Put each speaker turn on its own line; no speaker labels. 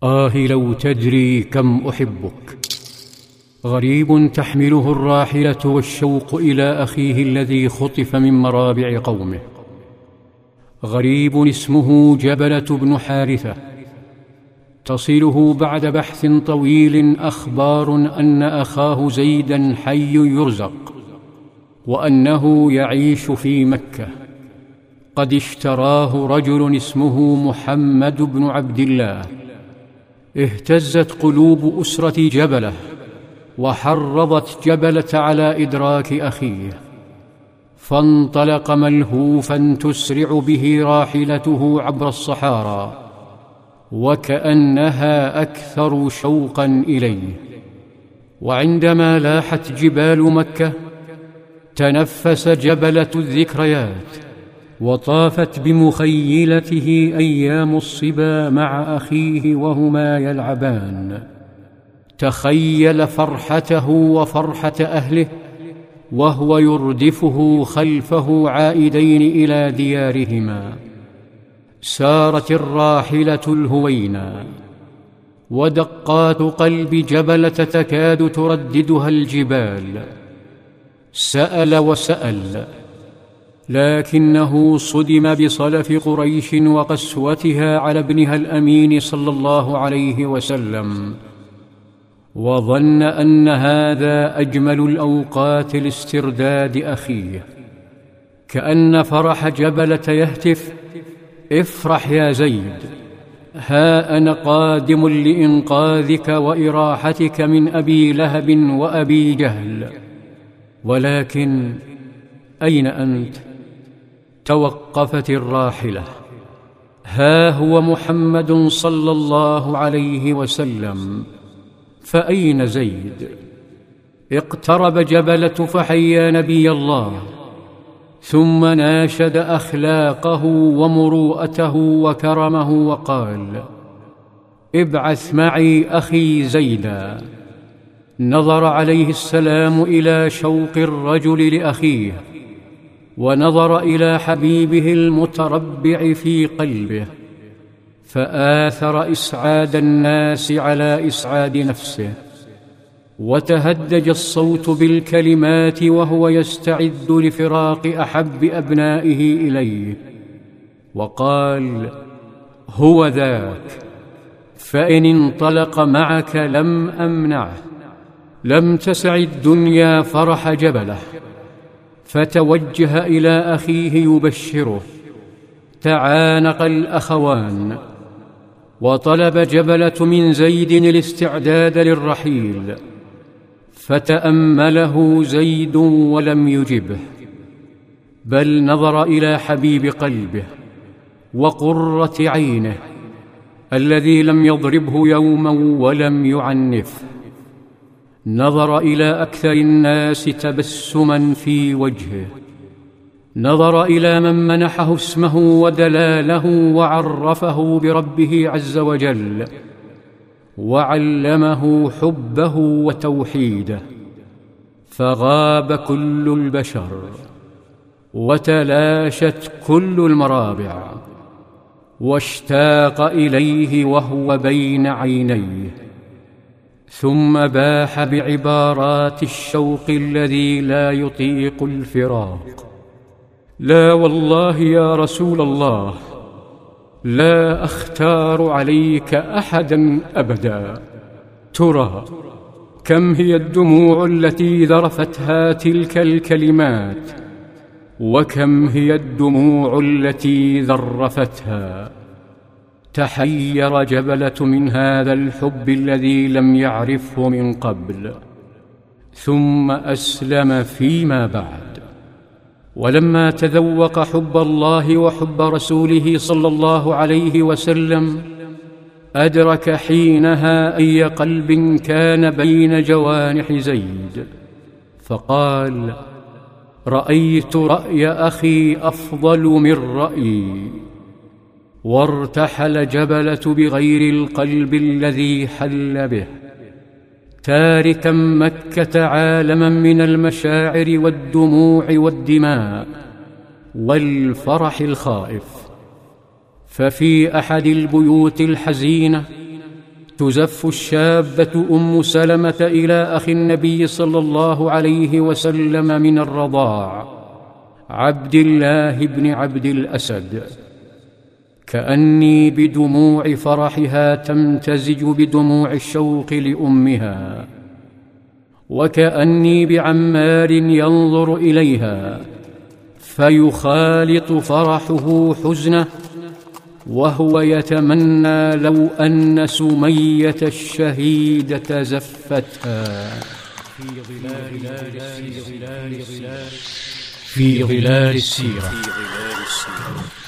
لو تدري كم أحبك. غريب تحمله الراحلة والشوق إلى أخيه الذي خطف من مرابع قومه. غريب اسمه جبلة بن حارثة. تصله بعد بحث طويل أخبار أن أخاه زيدا حي يرزق، وأنه يعيش في مكة. قد اشتراه رجل اسمه محمد بن عبد الله. اهتزت قلوب أسرة جبلة، وحرضت جبلة على إدراك أخيه، فانطلق ملهوفا تسرع به راحلته عبر الصحارى، وكأنها أكثر شوقا إليه. وعندما لاحت جبال مكة تنفس جبلة الذكريات، وطافت بمخيلته أيام الصبا مع أخيه وهما يلعبان. تخيل فرحته وفرحة أهله وهو يردفه خلفه عائدين إلى ديارهما. سارت الراحلة الهوينا، ودقات قلب جبلة تكاد ترددها الجبال. سأل وسأل، لكنه صدم بصلف قريش وقسوتها على ابنها الأمين صلى الله عليه وسلم، وظن أن هذا أجمل الأوقات لاسترداد أخيه. كأن فرح جبلة يهتف: افرح يا زيد، ها أنا قادم لإنقاذك وإراحتك من أبي لهب وأبي جهل. ولكن أين أنت؟ توقفت الراحلة. ها هو محمد صلى الله عليه وسلم، فأين زيد؟ اقترب جبلة فحيا نبي الله، ثم ناشد أخلاقه ومروءته وكرمه وقال: ابعث معي أخي زيدا. نظر عليه السلام إلى شوق الرجل لأخيه، ونظر إلى حبيبه المتربع في قلبه، فآثر إسعاد الناس على إسعاد نفسه. وتهدج الصوت بالكلمات وهو يستعد لفراق أحب أبنائه إليه، وقال: هو ذاك، فإن انطلق معك لم أمنعه. لم تسع الدنيا فرح جبله، فتوجه إلى أخيه يبشره. تعانق الأخوان، وطلب جبلة من زيد الاستعداد للرحيل، فتأمله زيد ولم يجبه، بل نظر إلى حبيب قلبه وقرة عينه الذي لم يضربه يوما ولم يعنفه. نظر إلى أكثر الناس تبسما في وجهه، نظر إلى من منحه اسمه ودلاله وعرفه بربه عز وجل، وعلمه حبه وتوحيده. فغاب كل البشر، وتلاشت كل المرابع، واشتاق إليه وهو بين عينيه، ثم باح بعبارات الشوق الذي لا يطيق الفراق: لا والله يا رسول الله، لا أختار عليك أحدا أبدا. ترى كم هي الدموع التي ذرفتها تلك الكلمات، وكم هي الدموع التي ذرفتها. تحير جبلة من هذا الحب الذي لم يعرفه من قبل، ثم أسلم فيما بعد. ولما تذوق حب الله وحب رسوله صلى الله عليه وسلم، أدرك حينها أي قلب كان بين جوانح زيد، فقال: رأيت رأي أخي أفضل من رأيي. وارتحل جبلة بغير القلب الذي حل به، تاركا مكة عالما من المشاعر والدموع والدماء والفرح الخائف. ففي أحد البيوت الحزينة تزف الشابة أم سلمة إلى أخي النبي صلى الله عليه وسلم من الرضاع عبد الله بن عبد الأسد، كأني بدموع فرحها تمتزج بدموع الشوق لأمها، وكأني بعمار ينظر إليها فيخالط فرحه حزنه، وهو يتمنى لو أن سمية الشهيدة زفتها في ظلال السيرة.